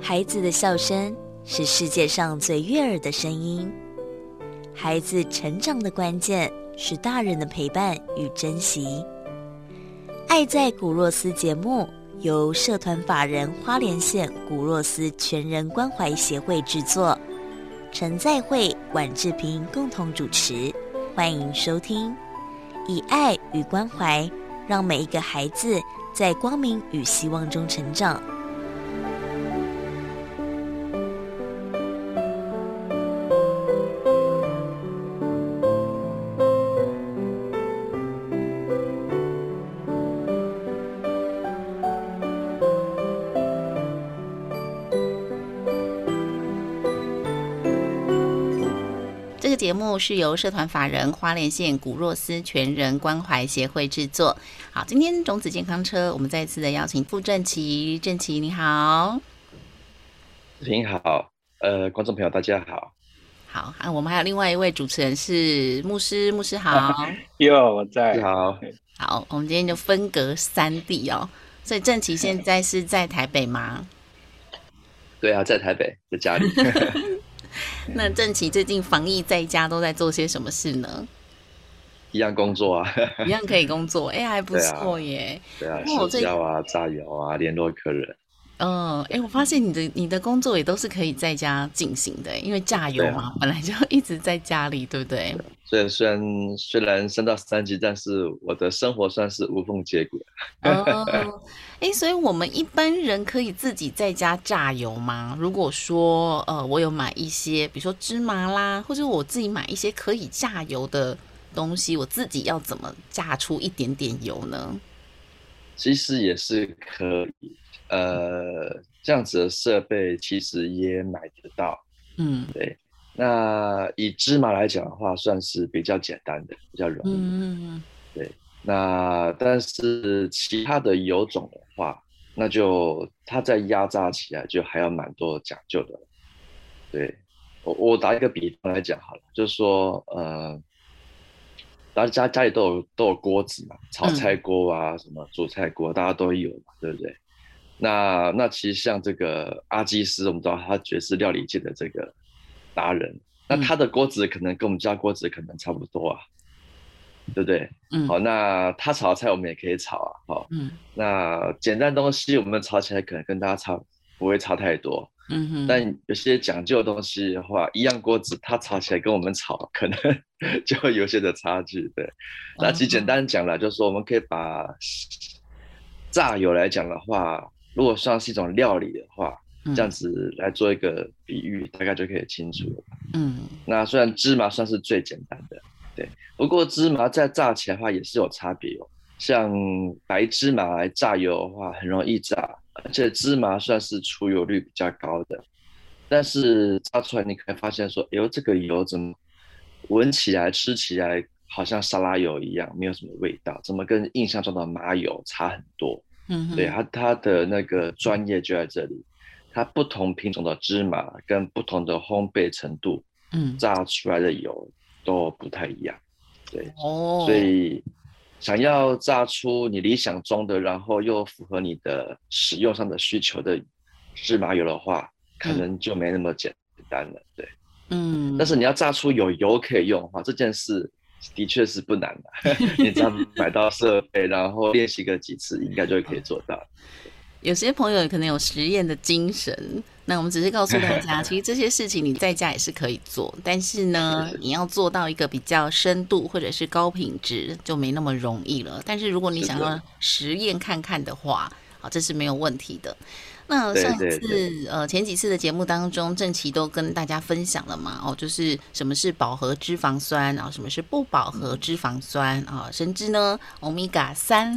孩子的笑声是世界上最悦耳的声音。孩子成长的关键是大人的陪伴与珍惜。爱在古若斯节目由社团法人花莲县古若斯全人关怀协会制作，陈在慧、婉志平共同主持，欢迎收听。以爱与关怀，让每一个孩子在光明与希望中成长。 这个节目是由社团法人花莲县古若斯全人关怀协会制作。好，今天种子健康车，我们再次的邀请傅正奇，正奇你好。 您好，观众朋友大家好。 好，我们还有另外一位主持人是牧师，牧师好。 我在。 好。 好，我们今天就分隔3地哦。所以正奇现在是在台北吗？ 对啊，在台北，在家里。 那正奇最近防疫在家都在做些什么事呢？ 一样工作啊。 一样可以工作，还不错耶。 对啊，社交啊，榨油啊，联络客人。 我发现你的工作也都是可以在家进行的，因为榨油嘛，本来就一直在家里，对不对？ 虽然升到3级，但是我的生活算是无缝接轨。 所以我们一般人可以自己在家榨油吗？如果说我有买一些，比如说芝麻啦，或者我自己买一些可以榨油的东西，我自己要怎么榨出一点点油呢？ 其实也是可以，这样子的设备其实也买得到。对。那以芝麻来讲的话，算是比较简单的，比较容易。对。那但是其他的油种的话，那就它在压榨起来就还要蛮多讲究的。对。我打一个比方来讲好了，就是说大家家里都有锅子嘛，炒菜锅啊，什么煮菜锅，大家都有嘛，对不对？那其实像这个阿基师，我们知道他绝世料理界的这个达人，那他的锅子可能跟我们家锅子可能差不多啊，对不对？好，那他炒的菜我们也可以炒啊。好，那简单东西我们炒起来可能跟大家不会差太多。但有些讲究的东西的话，一样锅子它炒起来跟我们炒可能就会有些的差距。对。那其实简单讲了，就是说我们可以把榨油来讲的话，如果算是一种料理的话，这样子来做一个比喻，大概就可以清楚了。那虽然芝麻算是最简单的，对，不过芝麻再榨起来的话也是有差别哦。像白芝麻来榨油的话，很容易榨，而且芝麻算是出油率比较高的。但是榨出来你可以发现说，这个油怎么闻起来、吃起来好像沙拉油一样，没有什么味道，怎么跟印象中的麻油差很多？对，它的那个专业就在这里。它不同品种的芝麻跟不同的烘焙程度，榨出来的油都不太一样。对。所以想要榨出你理想中的，然后又符合你的使用上的需求的芝麻油的话，可能就没那么简单了。对。但是你要榨出有油可以用的话，这件事的确是不难的。你只要买到设备，然后练习个几次，应该就可以做到。 有些朋友可能有实验的精神，那我们只是告诉大家，其实这些事情你在家也是可以做，但是呢，你要做到一个比较深度或者是高品质就没那么容易了。但是如果你想要实验看看的话，这是没有问题的。那上次前几次的节目当中，正奇都跟大家分享了嘛，就是什么是饱和脂肪酸，然后什么是不饱和脂肪酸啊，甚至呢Omega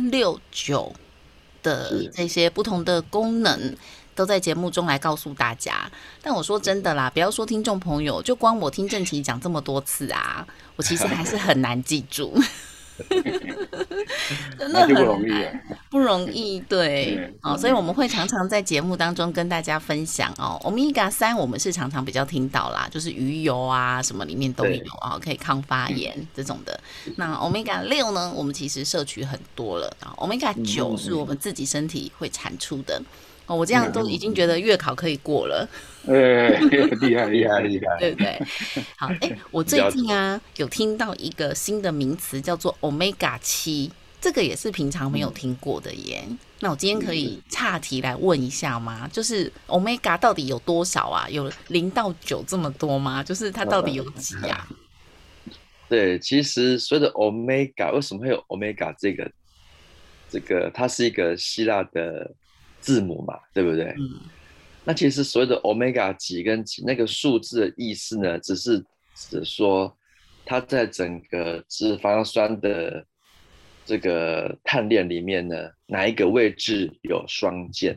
369的这些不同的功能都在节目中来告诉大家。但我说真的啦，不要说听众朋友，就光我听正奇讲这么多次啊，我其实还是很难记住。 那就不容易了。 不容易，对，所以我们会常常在节目当中跟大家分享Omega 3我们是常常比较听到啦，就是鱼油啊什么里面都有可以抗发炎这种的。那 Omega 6呢，我们其实摄取很多了，Omega 9是我们自己身体会产出的。我这样都已经觉得月考可以过了， 厉害， 对不对？好，我最近有听到一个新的名词叫做 Omega 7，这个也是平常没有听过的耶。那我今天可以岔题来问一下吗？就是 Omega 到底有多少啊？有0到9这么多吗？就是它到底有几啊？ 对，其实所谓的 Omega 为什么会有 Omega 这个它是一个希腊的字母嘛，对不对？那其实所谓的 Omega 几跟几那个数字的意思呢，只说它在整个脂肪酸的这个碳链里面呢，哪一个位置有双键？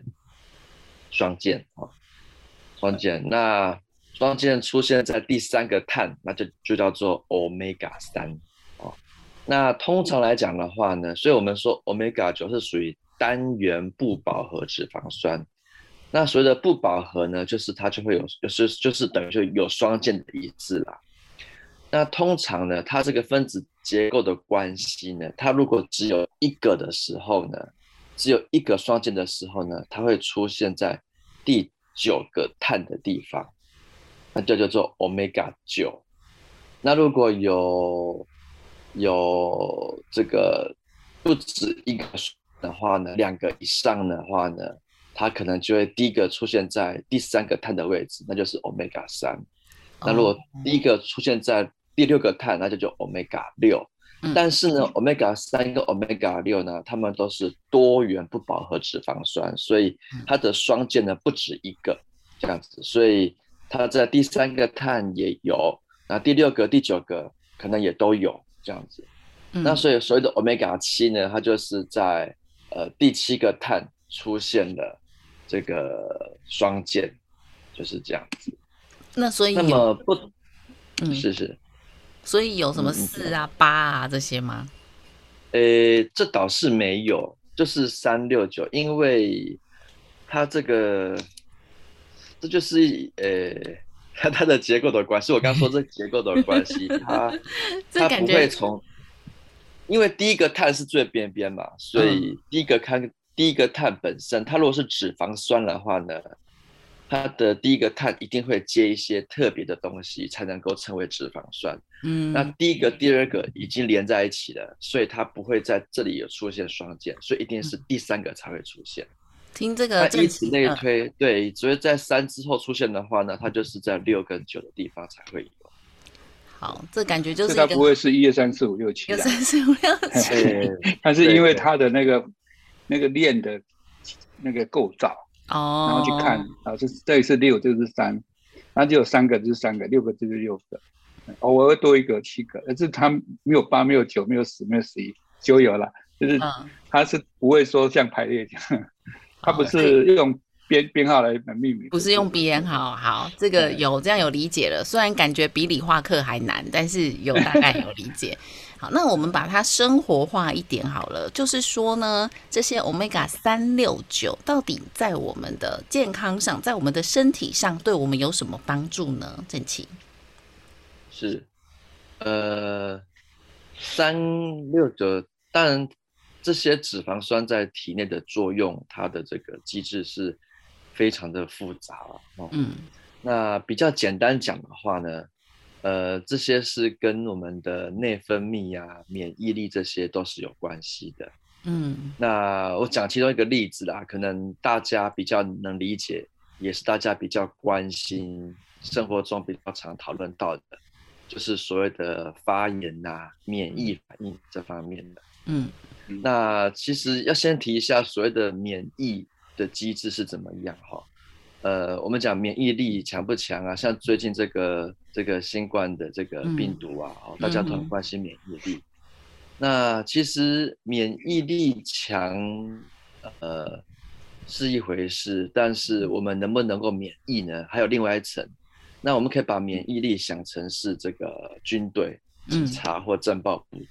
那双键出现在第3个碳，那就叫做 Omega 3。那通常来讲的话呢，所以我们说 Omega 9是属于单元不饱和脂肪酸。那所谓的不饱和呢，就是它就会就是等于就有双键的意思啦。那通常呢，它这个分子结构的关系呢，它如果只有一个的时候呢，只有一个双键的时候呢，它会出现在第9个碳的地方，那就叫做 Omega 9。那如果有这个不止一个的话呢，2个以上的话呢，它可能就会第一个出现在第3个碳的位置，那就是 Omega 3。那如果第一个出现在第6个碳，那就叫 Omega 6。但是呢 Omega 3跟 Omega 6呢，它们都是多元不饱和脂肪酸，所以它的双键呢不止一个这样子，所以它在第3个碳也有，那第6个、第9个可能也都有这样子。那所以所谓的 Omega 7呢，它就是在第7个碳出现了这个双键，就是这样子。 那所以那么是所以有什么4啊、8啊这些吗？ 这倒是没有，就是3、6、9，因为它这就是它的结构的关系。我刚说这结构的关系，它不会因为第一个碳是最边边嘛，所以第一个碳本身，它如果是脂肪酸的话呢，它的第一个碳一定会接一些特别的东西才能够成为脂肪酸。那第一个、第2个已经连在一起了，所以它不会在这里有出现双键，所以一定是第3个才会出现。 听这个以此类推，对，所以在3之后出现的话呢，它就是在6跟9的地方才会有。 好，这感觉就是它不会是1、2、3、4、5、6、7。1、 2、3、4、5、6、7。 但是因为它的那个链的那个构造，然后去看这里是6，这个是3，然后就有3个就是3个，6个就是6个，偶尔会多一个7个，但是它没有8、没有9、没有10、没有11，就有了，就是它是不会说像排列这样，它不是用编号来命名， 不是用编号。好，这个这样有理解了。虽然感觉比理化课还难，但是大概有理解。好，那我们把它生活化一点好了，就是说呢，这些 Omega 3、6、9到底在我们的健康上，在我们的身体上，对我们有什么帮助呢？郑琦是3、6、9，当然这些脂肪酸在体内的作用，它的这个机制是非常的复杂。那比较简单讲的话呢，这些是跟我们的内分泌啊、免疫力这些都是有关系的。那我讲其中一个例子啦，可能大家比较能理解，也是大家比较关心，生活中比较常讨论到的，就是所谓的发炎啊、免疫反应这方面的。那其实要先提一下所谓的免疫的机制是怎么样哈。我们讲免疫力强不强啊？像最近这个新冠的这个病毒啊，大家都很关心免疫力。那其实免疫力强，是一回事，但是我们能不能够免疫呢？还有另外一层。那我们可以把免疫力想成是这个军队、警察或政报部队。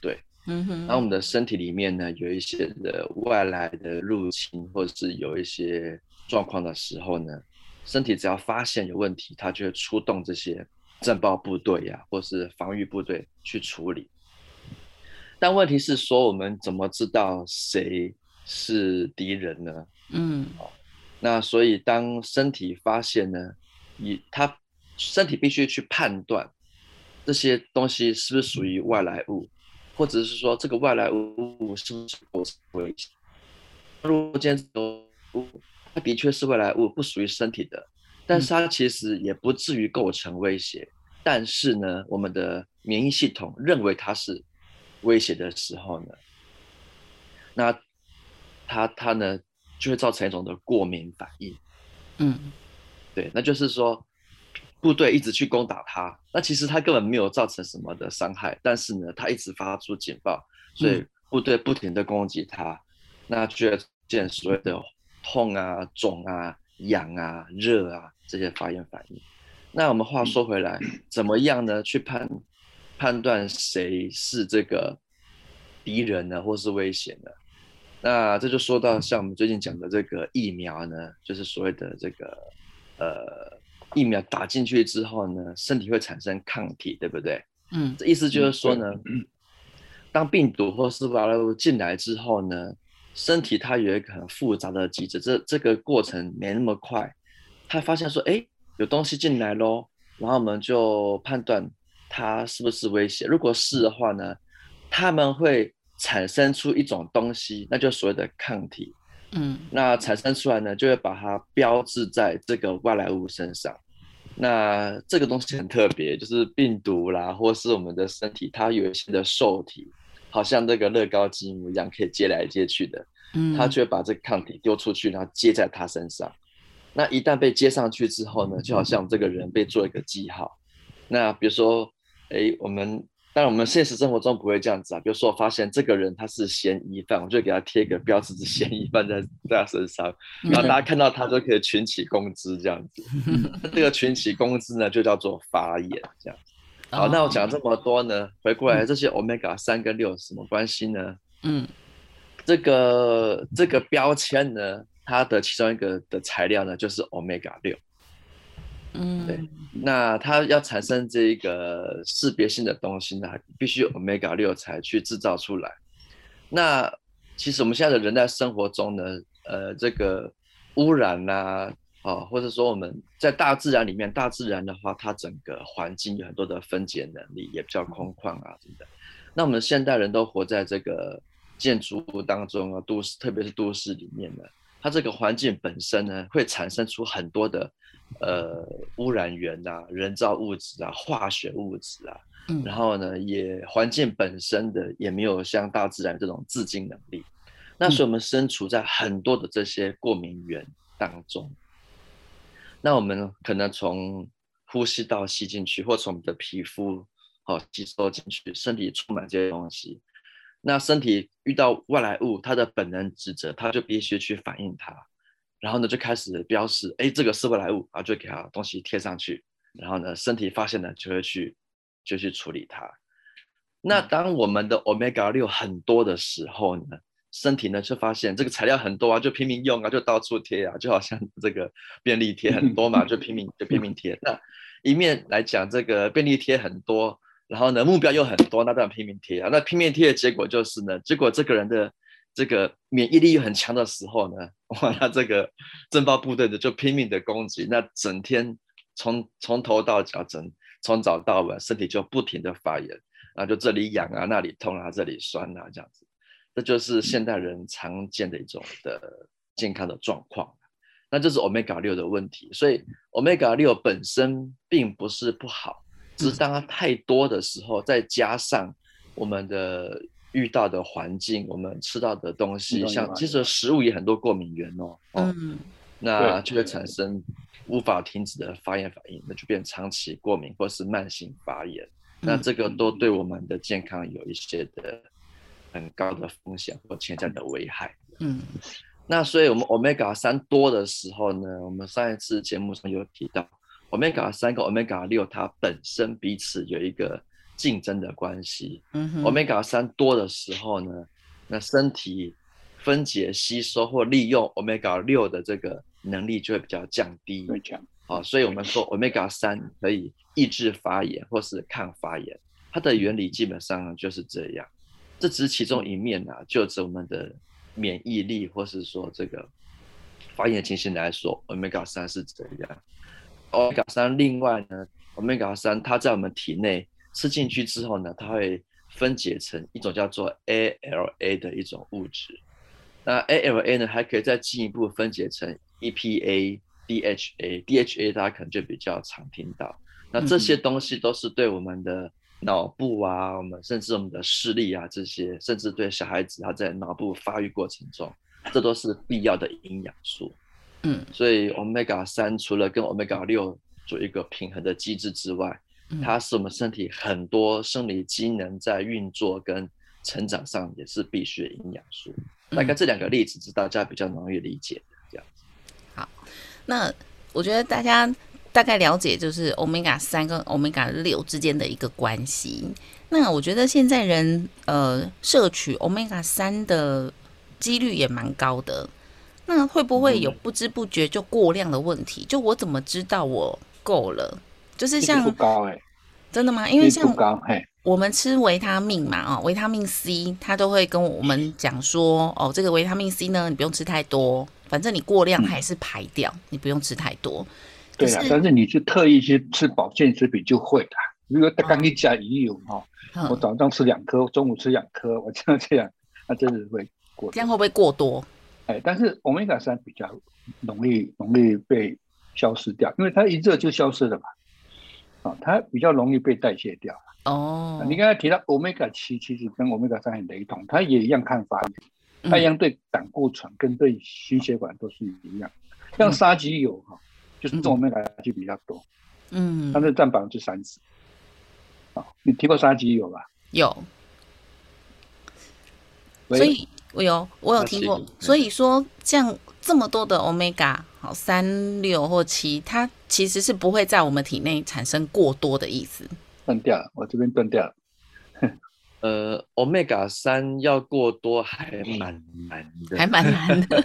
然后我们的身体里面呢有一些的外来的入侵，或者是有一些状况的时候呢，身体只要发现有问题，它就会出动这些政报部队呀，或是防御部队去处理。但问题是说，我们怎么知道谁是敌人呢？那所以当身体发现呢，他身体必须去判断这些东西是不是属于外来物，或者是说这个外来物是不是构成危险。如果今天它的确是外来物，不属于身体的，但是它其实也不至于构成威胁。但是呢，我们的免疫系统认为它是威胁的时候呢，那它呢就会造成一种的过敏反应。对，那就是说部队一直去攻打它，那其实它根本没有造成什么的伤害，但是呢，它一直发出警报，所以部队不停的攻击它，那就会出现所谓的痛啊、肿啊、痒啊、热啊这些发炎反应。那我们话说回来，怎么样呢？去判断谁是这个敌人呢，或是威胁呢？那这就说到像我们最近讲的这个疫苗呢，就是所谓的这个疫苗打进去之后呢，身体会产生抗体，对不对？这意思就是说呢，当病毒或是外来物进来之后呢，身体它有一个很复杂的机制，这个过程没那么快，它发现说，哎，有东西进来咯，然后我们就判断它是不是威胁。如果是的话呢，他们会产生出一种东西，那就是所谓的抗体。那产生出来呢，就会把它标志在这个外来物身上。那这个东西很特别，就是病毒啦，或是我们的身体，它有一些的受体，好像这个乐高积木一样，可以接来接去的。它就会把这个抗体丢出去，然后接在它身上。那一旦被接上去之后呢，就好像这个人被做一个记号。那比如说，当然我们现实生活中不会这样子啊。比如说我发现这个人他是嫌疑犯，我就给他贴个标志，是嫌疑犯在他身上，然后大家看到他就可以群起攻之这样子。这个群起攻之呢，就叫做发炎这样子。好，那我讲这么多呢，回过来这些 omega 3跟6什么关系呢？这个标签呢，它的其中一个的材料呢，就是 omega 6。对，那它要产生这个识别性的东西呢，必须 omega 6才去制造出来。那其实我们现在的人在生活中呢，这个污染啊，或者说我们在大自然里面，大自然的话，它整个环境有很多的分解能力，也比较空旷啊，等等。那我们现代人都活在这个建筑物当中啊，都市，特别是都市里面呢，它这个环境本身呢，会产生出很多的污染源啊、人造物质啊、化学物质啊，然后呢，也环境本身的也没有像大自然这种自净能力。那所以我们身处在很多的这些过敏源当中，那我们可能从呼吸道吸进去，或从我们的皮肤吸收进去，身体充满这些东西。那身体遇到外来物，它的本能职责，它就必须去反应它，然后呢就开始标示，哎，这个是外来物，然后就给它东西贴上去，然后呢身体发现了就会去处理它。那当我们的 omega 6很多的时候呢，身体呢就发现这个材料很多啊，就拼命用啊，就到处贴啊，就好像这个便利贴很多嘛，就拼命贴。那一面来讲，这个便利贴很多，然后呢目标又很多，那当然拼命贴啊。那拼命贴的结果就是呢，结果这个人的这个免疫力又很强的时候呢，哇，那这个政报部队的就拼命的攻击，那整天从头到脚，从早到晚，身体就不停的发炎，然后就这里痒啊，那里痛啊，这里酸啊，这样子。这就是现代人常见的一种的健康的状况。那这是 omega 6的问题，所以 omega 6本身并不是不好，只是当它太多的时候，再加上我们的遇到的环境，我们吃到的东西，像其实食物也很多过敏源那就会产生无法停止的发炎反应，那就变长期过敏或是慢性发炎。那这个都对我们的健康有一些的很高的风险或潜在的危害。那所以我们 omega 3多的时候呢，我们上一次节目上有提到 omega 3跟 omega 6它本身彼此有一个竞争的关系。Omega 3多的时候呢，那身体分解、吸收或利用 Omega 6的这个能力就会比较降低。所以我们说 Omega 3可以抑制发炎或是抗发炎，它的原理基本上就是这样。这只是其中一面啊，就我们的免疫力或是说这个发炎情形来说 ，Omega 3是这样。Omega 3另外呢 ，Omega 3它在我们体内吃进去之后呢，它会分解成一种叫做 ALA 的一种物质。那 ALA 呢，还可以再进一步分解成 EPA、DHA，DHA 大家可能就比较常听到。那这些东西都是对我们的脑部啊，甚至我们的视力啊这些，甚至对小孩子他在脑部发育过程中，这都是必要的营养素。所以 Omega 3除了跟 Omega 6做一个平衡的机制之外，它是我们身体很多生理机能在运作跟成长上也是必须的营养素。大概这2个例子是大家比较容易理解的这样子。 好，那我觉得大家大概了解就是 Omega 3跟 Omega 6之间的一个关系。那我觉得现在人摄取 Omega 3的几率也蛮高的。那会不会有不知不觉就过量的问题？就我怎么知道我够了？就是像不高真的吗？因为像我们吃维他命嘛，维他命 C 它都会跟我们讲说，这个维他命 C 呢，你不用吃太多，反正你过量还是排掉，你不用吃太多。 对啊，但是你去特意去吃保健食品就会啦。如果刚一加鱼油我早上吃2颗，中午吃2颗，我这样，那真的会过多。 这样会不会过多？ 但是 Omega 3比较容易被消失掉，因为它一热就消失了嘛。它比较容易被代谢掉。你刚才提到 Omega 7，其实跟 Omega 3很雷同，它也一样抗发炎，它一样对胆固醇跟对心血管都是一样。像沙棘油就是这种 Omega 7比较多，它是占30%。你听过沙棘油吧？ 有，所以我有听过。所以说，像这么多的 Omega 3、6或7，它其实是不会在我们体内产生过多的意思。 断掉了，我这边断掉了。 Omega 3要过多还蛮难的， 还蛮难的。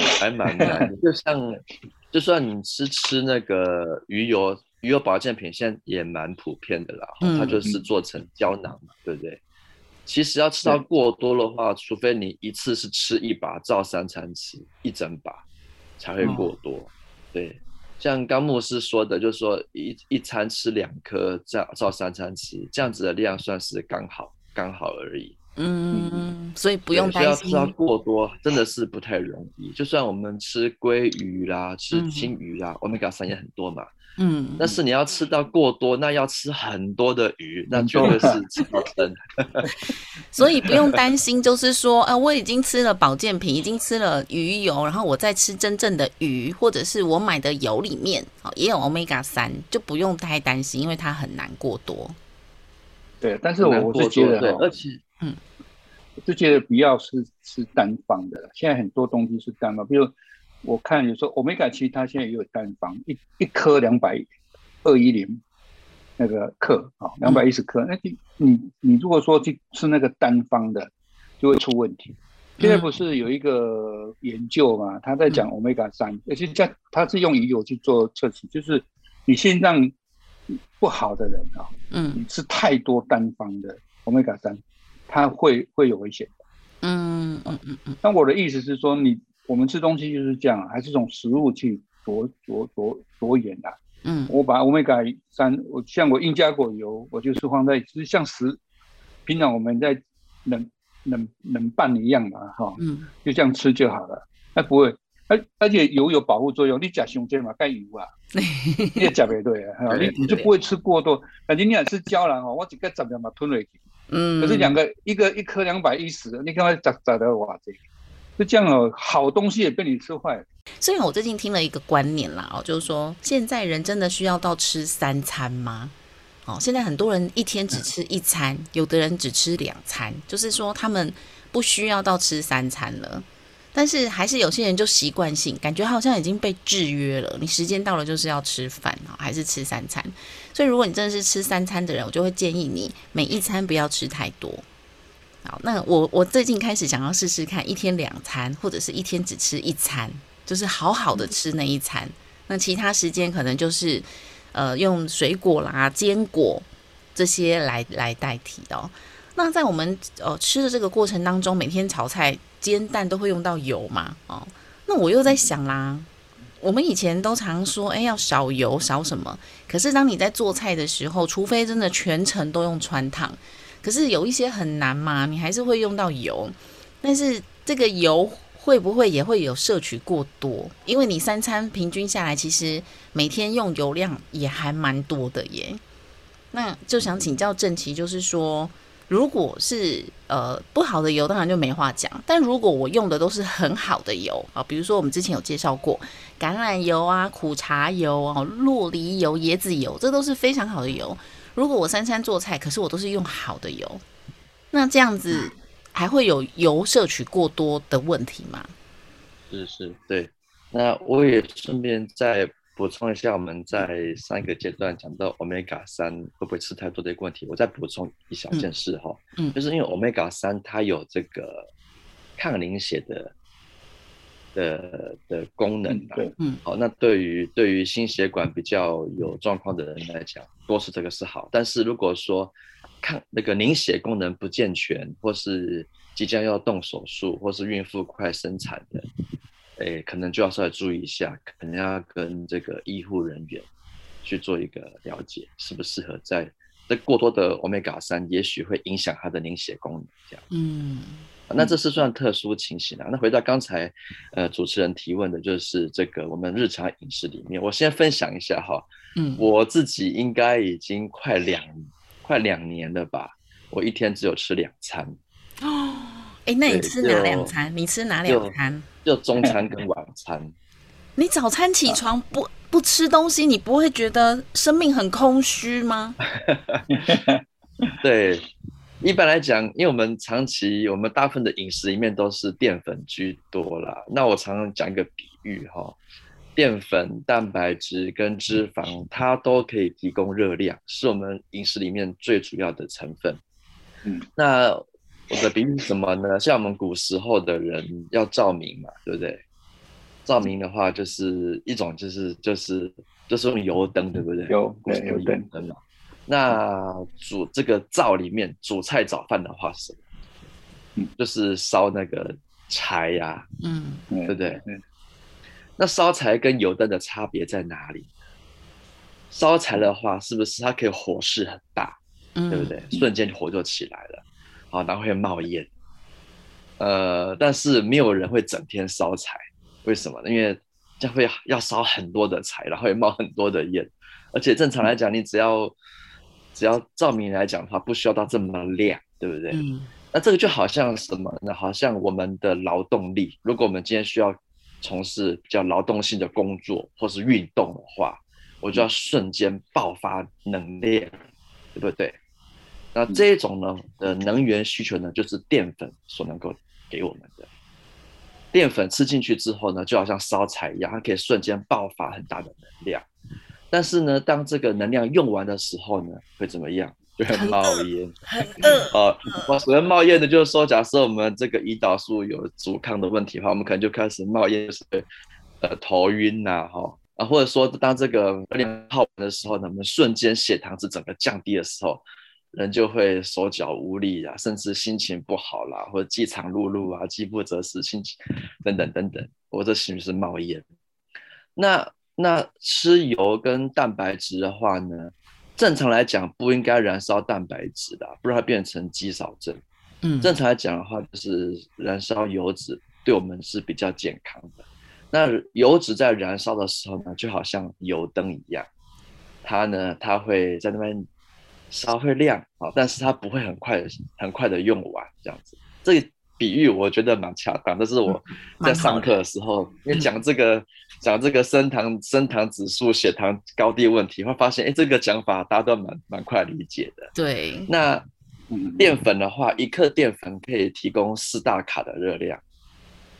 就算你吃那个鱼油保健品，现在也蛮普遍的啦。它就是做成胶囊嘛，对不对？其实要吃到过多的话，除非你一次是吃1把，照3餐吃1整把，才会过多。对，像刚牧师说的，就是说一餐吃2颗，照3餐吃，这样子的量算是刚好而已。 所以不用担心。 所以要吃到过多真的是不太容易。就算我们吃鲑鱼啦，吃青鱼啦，Omega 3也很多嘛。但是你要吃到过多，那要吃很多的鱼，那绝对是吃到撑。 所以不用担心，就是说，我已经吃了保健品，已经吃了鱼油，然后我再吃真正的鱼，或者是我买的油里面也有 Omega 3，就不用太担心，因为它很难过多。 对，但是我是觉得， 而且我就觉得不要是吃单方的，现在很多东西是单方，比如我看有时候 Omega 7它现在也有单方，一颗210那个克210克，那你如果说去吃那个单方的，就会出问题。现在不是有一个研究嘛，他在讲 Omega 3，而且他是用鱼油去做测试，就是你心脏不好的人你吃太多单方的 Omega 3，它会有危险的。但我的意思是说，我们吃东西就是这样，还是从食物去着眼的。我把 Omega 3，像我印加果油，我就是放在，就是像平常我们在冷拌一样嘛，就这样吃就好了。那不会，而且油有保护作用，你吃太多嘛，该油啊，你也吃不对啊，你就不会吃过多。但是你也吃胶囊我一个10秒把吞下去。可是一颗210，你看它咋的哇这个。就这样好东西也被你吃坏了。 所以我最近听了一个观念啦，就是说现在人真的需要到吃3餐吗？现在很多人一天只吃1餐，有的人只吃2餐，就是说他们不需要到吃3餐了。 但是还是有些人就习惯性感觉好像已经被制约了，你时间到了就是要吃饭，还是吃3餐。所以如果你真的是吃3餐的人，我就会建议你每一餐不要吃太多。好，那我最近开始想要试试看1天2餐，或者是1天只吃1餐，就是好好的吃那一餐。那其他时间可能就是用水果啦、坚果这些来代替的哦。那在我们吃的这个过程当中，每天炒菜煎蛋都会用到油嘛，那我又在想啦，我们以前都常说要少油少什么，可是当你在做菜的时候，除非真的全程都用汆烫，可是有一些很难嘛，你还是会用到油。但是这个油会不会也会有摄取过多？因为你3餐平均下来，其实每天用油量也还蛮多的耶。那就想请教正奇，就是说如果是不好的油，当然就没话讲。但如果我用的都是很好的油啊，比如说我们之前有介绍过橄榄油啊、苦茶油啊、酪梨油、椰子油，这都是非常好的油。如果我3餐做菜，可是我都是用好的油，那这样子还会有油摄取过多的问题吗？ 是，对。那我也顺便再补充一下，我们在上一个阶段讲到 Omega-3 会不会吃太多的一个问题，我再补充一小件事哈，就是因为 Omega-3 它有这个抗凝血的功能啊，好，那对于心血管比较有状况的人来讲，多吃这个是好。但是如果说那个凝血功能不健全，或是即将要动手术，或是孕妇快生产的，可能就要稍微注意一下，可能要跟这个医护人员去做一个了解，适不适合在过多的 Omega-3 也许会影响它的凝血功能这样。那这是算特殊情形啊。那回到刚才主持人提问的，就是这个我们日常饮食里面，我先分享一下哈。我自己应该已经快2年了吧，我1天只有吃2餐。 那你吃哪2餐？你吃哪2餐？ 就中餐跟晚餐。 你早餐起床不吃东西，你不会觉得生命很空虚吗？ 对，一般来讲，因为我们大部分的饮食里面都是淀粉居多啦。那我常常讲一个比喻哈，淀粉、蛋白质跟脂肪，它都可以提供热量，是我们饮食里面最主要的成分。那我的比喻是什么呢？像我们古时候的人要照明嘛，对不对？照明的话，就是一种就是用油灯，对不对？油灯嘛。那煮这个灶里面煮菜早饭的话是什么？就是烧那个柴呀，对不对？那烧柴跟油灯的差别在哪里？烧柴的话，是不是它可以火势很大，对不对？瞬间火就起来了，好，然后会冒烟。但是没有人会整天烧柴，为什么呢？因为这样要烧很多的柴，然后会冒很多的烟，而且正常来讲，你只要照明来讲的话，不需要到这么亮，对不对？那这个就好像什么呢？好像我们的劳动力，如果我们今天需要从事比较劳动性的工作或是运动的话，我就要瞬间爆发能量，对不对？那这种呢的能源需求呢，就是淀粉所能够给我们的。淀粉吃进去之后呢，就好像烧柴一样，它可以瞬间爆发很大的能量。但是呢，当这个能量用完的时候呢，会怎么样？就会冒烟。我所谓冒烟的，就是说，假设我们这个胰岛素有阻抗的问题的话，我们可能就开始冒烟，就是头晕呐，或者说当这个能量耗完的时候呢，我们瞬间血糖值整个降低的时候，人就会手脚无力啊，甚至心情不好啦，或者饥肠辘辘啊，饥不择食，心情等等等等，或者形是冒烟。那吃油跟蛋白质的话呢，正常来讲不应该燃烧蛋白质的，不然它变成肌少症。正常来讲的话，就是燃烧油脂对我们是比较健康的。那油脂在燃烧的时候呢，就好像油灯一样，它会在那边烧会亮，但是它不会很快的用完，这样子。这个比喻我觉得蛮恰当，这是我在上课的时候，因为讲这个升糖指数、血糖高低问题，会发现这个讲法大家都蛮快理解的。 对， 那淀粉的话，1克淀粉可以提供4大卡的热量，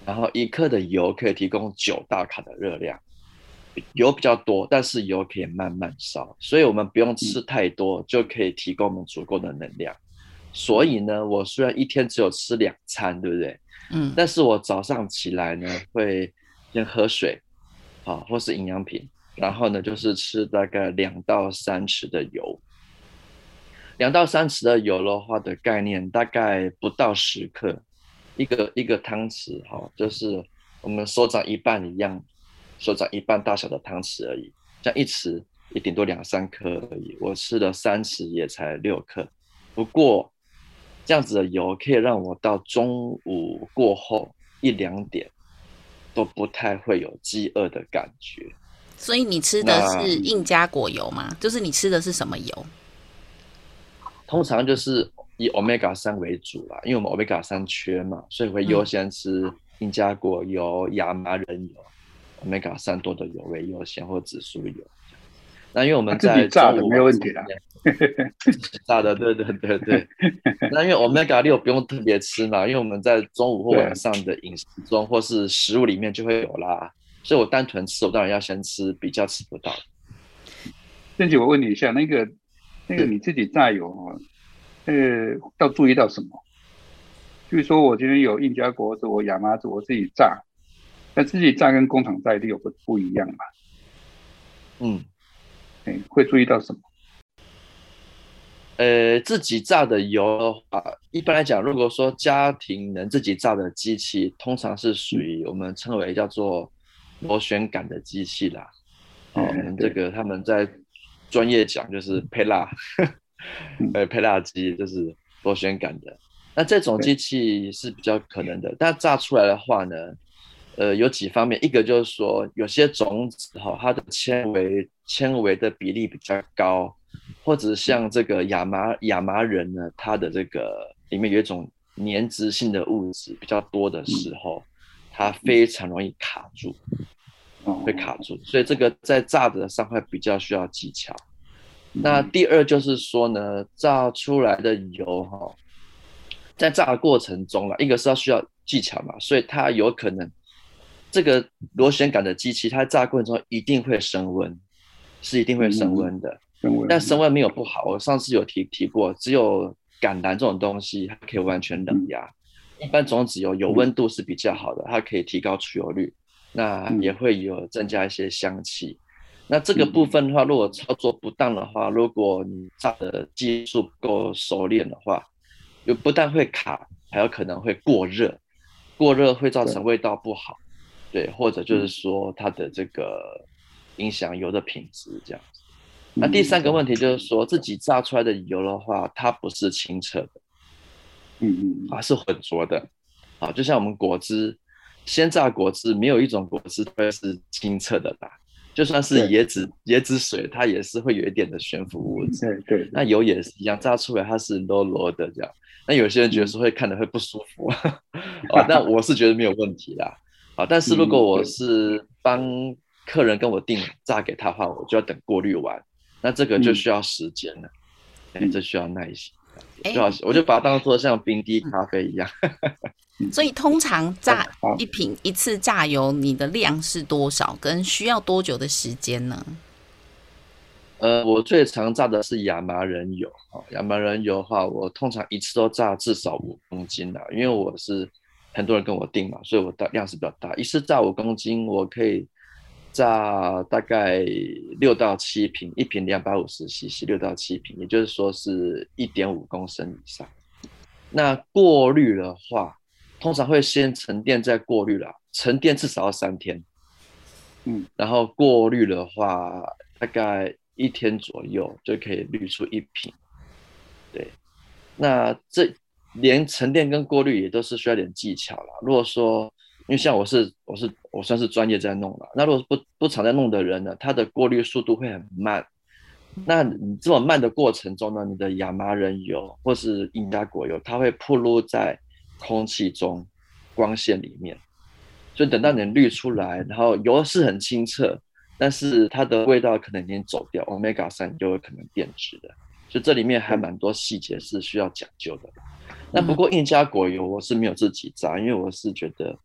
然后1克的油可以提供9大卡的热量，油比较多，但是油可以慢慢烧，所以我们不用吃太多，就可以提供我们足够的能量。所以呢，我虽然1天只有吃2餐，对不对？但是我早上起来呢，会先喝水，或是营养品，然后呢，就是吃大概2到3匙的油。2到3匙的油的话的概念，大概不到10克，一个汤匙，就是我们手掌一半一样，手掌一半大小的汤匙而已。像1匙也顶多2、3克而已，我吃了3匙也才6克。不过这样子的油可以让我到中午过后1、2点都不太会有饥饿的感觉。 所以你吃的是印加果油吗？就是你吃的是什么油？ 通常就是以 Omega-3 为主啦，因为我们 Omega-3 缺嘛，所以会优先吃印加果油、亚麻仁油、Omega-3 多的油为优先，或紫苏油。那因为我们在自己炸的没有问题啦， 自己炸的，对。那因为 Omega-6 不用特别吃嘛，因为我们在中午或晚上的饮食中或是食物里面就会有啦，所以我单纯吃，我当然要先吃比较吃不到的。 郑姐，我问你一下，那个你自己炸油要注意到什么？就是说我今天有印加果子，我亚麻籽我自己炸，但自己炸跟工厂炸一定有不一样嘛？会注意到什么？ 自己炸的油的话，一般来讲，如果说家庭能自己炸的机器，通常是属于我们称为叫做螺旋杆的机器啦。我们这个他们在专业讲就是配蜡，配蜡机就是螺旋杆的。那这种机器是比较可能的，但炸出来的话呢，有几方面，一个就是说有些种子它的纤维的比例比较高，或者像这个亚麻仁呢，它的这个里面有一种粘质性的物质比较多的时候，它非常容易卡住，会卡住，所以这个在炸的上会比较需要技巧。那第二就是说呢，炸出来的油在炸的过程中一个是要需要技巧嘛，所以它有可能这个螺旋杆的机器，它在炸过程中一定会升温，是一定会升温的。但升温没有不好，我上次有提过，只有橄榄这种东西它可以完全冷压，一般种子油有温度是比较好的，它可以提高出油率，那也会有增加一些香气。那这个部分的话，如果操作不当的话，如果你炸的技术不够熟练的话，不但会卡，还有可能会过热，过热会造成味道不好，对，或者就是说它的这个影响油的品质这样子。那第三个问题就是说，自己炸出来的油的话，它不是清澈的，是浑浊的，就像我们果汁，鲜榨果汁没有一种果汁会是清澈的啦。就算是椰子水，它也是会有一点的悬浮物质。 对， 那油也是一样，炸出来它是 low 的这样。那有些人觉得说会看得会不舒服，但我是觉得没有问题啦。但是如果我是帮客人跟我订炸给他的话，我就要等过滤完，那这个就需要时间了，这需要耐心。我就把它当做像冰滴咖啡一样。 所以通常炸一次炸油，你的量是多少？跟需要多久的时间呢？ 我最常炸的是亚麻仁油。亚麻仁油的话，我通常一次都炸至少5公斤啦，因为我是很多人跟我订嘛，所以我的量是比较大。一次炸5公斤，我可以炸大概6到7瓶，一瓶250cc， 6到7瓶，也就是说是1.5公升以上。那过滤的话，通常会先沉淀再过滤啦，沉淀至少要3天，然后过滤的话，大概1天左右就可以滤出1瓶。对，那这连沉淀跟过滤也都是需要点技巧啦。如果说，因为像我算是专业在弄啦，那如果不常在弄的人呢，他的过滤速度会很慢。那你这么慢的过程中呢，你的亚麻仁油或是印加果油，它会暴露在空气中、光线里面，所以等到你滤出来，然后油是很清澈，但是它的味道可能已经走掉 ，Omega-3 就有可能变质的，所以这里面还蛮多细节是需要讲究的。那不过印加果油我是没有自己炸，因为我是觉得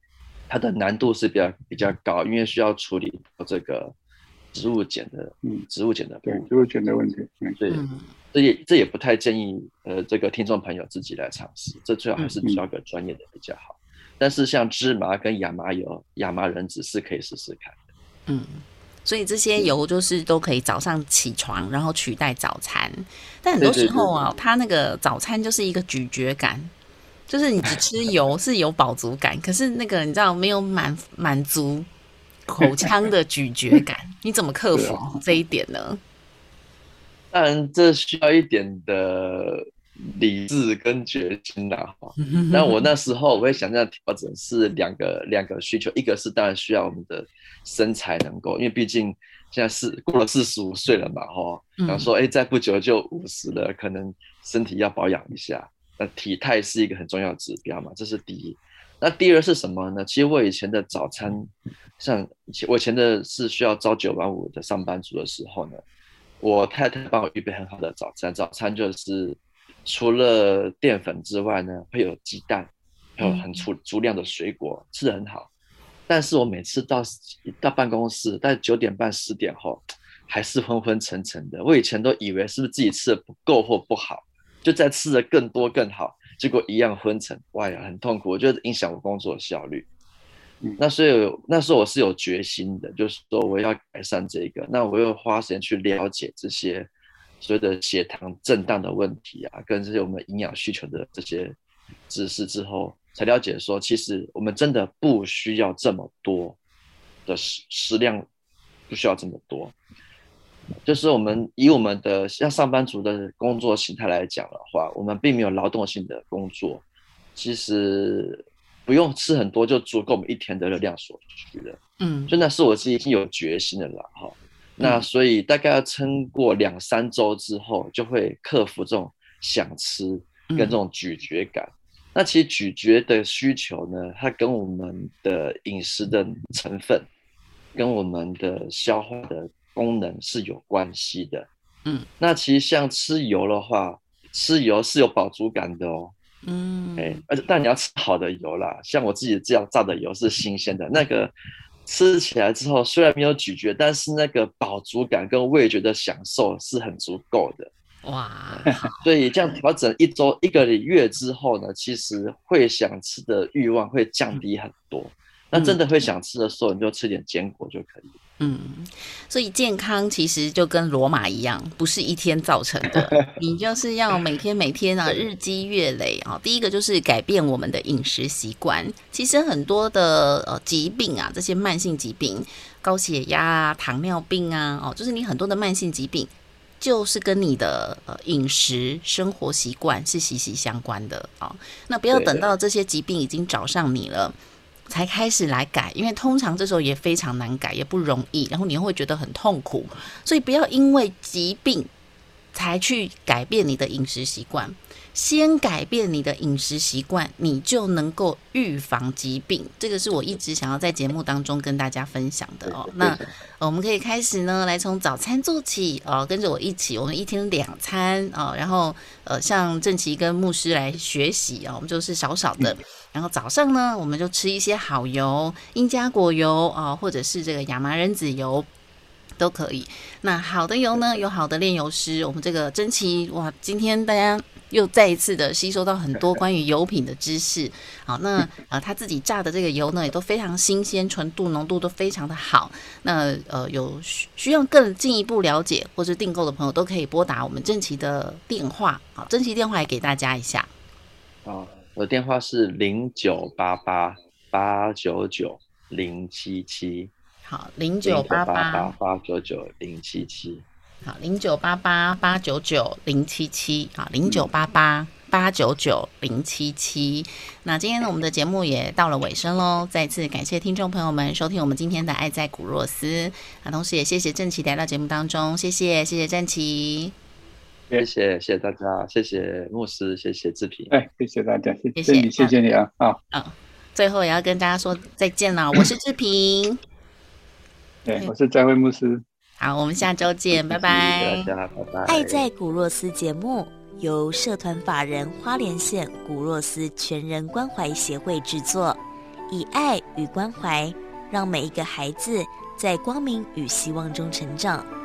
它的难度是比较高，因为需要处理这个植物碱的部分， 植物碱的问题， 对，这也不太建议这个听众朋友自己来尝试，这最好还是找个专业的比较好。但是像芝麻跟亚麻油、亚麻仁籽是可以试试看的。 所以这些油就是都可以早上起床然后取代早餐，但很多时候啊，它那个早餐就是一个咀嚼感，就是你只吃油是有饱足感，可是那个你知道没有满足口腔的咀嚼感，你怎么克服这一点呢？ 当然这需要一点的理智跟决心啦。那我那时候我会想这样调整是两个需求，一个是当然需要我们的身材能够，因为毕竟现在是过了45岁了嘛，想说再不久就50了，可能身体要保养一下，那体态是一个很重要的指标嘛，这是第一。那第二是什么呢？其实我以前的早餐，像我以前的是需要朝9晚5的上班族的时候呢，我太太帮我预备很好的早餐就是除了淀粉之外呢，会有鸡蛋，还有很足量的水果，吃得很好。但是我每次到办公室，在9点半10点后，还是昏昏沉沉的。我以前都以为是不是自己吃的不够或不好，就再吃的更多更好，结果一样昏沉，哇呀，很痛苦，我觉得影响我工作的效率。那所以那时候我是有决心的，就是说我要改善这个，那我又花时间去了解这些所谓的血糖震荡的问题啊，跟这些我们营养需求的这些知识之后，才了解说其实我们真的不需要这么多的食量，不需要这么多。就是以我们的像上班族的工作形态来讲的话，我们并没有劳动性的工作，其实不用吃很多就足够我们一天的热量所需了。所以那是我自己已经有决心的了哈。那所以大概要撑过2-3周之后，就会克服这种想吃跟这种咀嚼感。那其实咀嚼的需求呢，它跟我们的饮食的成分，跟我们的消化的功能是有关系的。那其实像吃油的话，吃油是有饱足感的哦。但你要吃好的油啦，像我自己这样榨的油是新鲜的，那个吃起来之后虽然没有咀嚼，但是那个饱足感跟味觉的享受是很足够的。 哇， 所以这样调整1个月之后呢，其实会想吃的欲望会降低很多。那真的会想吃的时候，你就吃点坚果就可以。 所以健康其实就跟罗马一样，不是一天造成的，你就是要每天啊，日积月累啊。第一个就是改变我们的饮食习惯。其实很多的疾病啊，这些慢性疾病，高血压啊、糖尿病啊，就是你很多的慢性疾病，就是跟你的饮食生活习惯是息息相关的啊。那不要等到这些疾病已经找上你了才开始来改，因为通常这时候也非常难改，也不容易，然后你会觉得很痛苦。所以不要因为疾病才去改变你的饮食习惯，先改变你的饮食习惯，你就能够预防疾病。这个是我一直想要在节目当中跟大家分享的哦。那我们可以开始呢，来从早餐做起哦，跟着我一起，我们一天2餐哦，然后向正奇跟牧师来学习哦，我们就是少少的。然后早上呢，我们就吃一些好油，英加果油啊，或者是这个亚麻仁籽油都可以。那好的油呢，有好的炼油师。我们这个珍奇哇，今天大家又再一次的吸收到很多关于油品的知识。好，那他自己榨的这个油呢，也都非常新鲜，纯度、浓度都非常的好。那有需要更进一步了解或是订购的朋友，都可以拨打我们珍奇的电话。好，珍奇电话也给大家一下。 我的电话是0988-899-077。 好 ，0988-899-077。 好，0988-899-077。好，0988-899-077。那今天呢，我们的节目也到了尾声喽。再次感谢听众朋友们收听我们今天的《爱在古若斯》。同时也谢谢郑琦来到节目当中，谢谢郑琦。 谢谢大家，谢谢牧师，谢谢志平。 谢谢大家，谢谢你啊！ 最后也要跟大家说再见了，我是志平。 我是佳慧牧师。 好，我们下周见，拜拜。 大家拜拜。 爱在古若斯节目由社团法人花莲县古若斯全人关怀协会制作， 以爱与关怀，让每一个孩子在光明与希望中成长。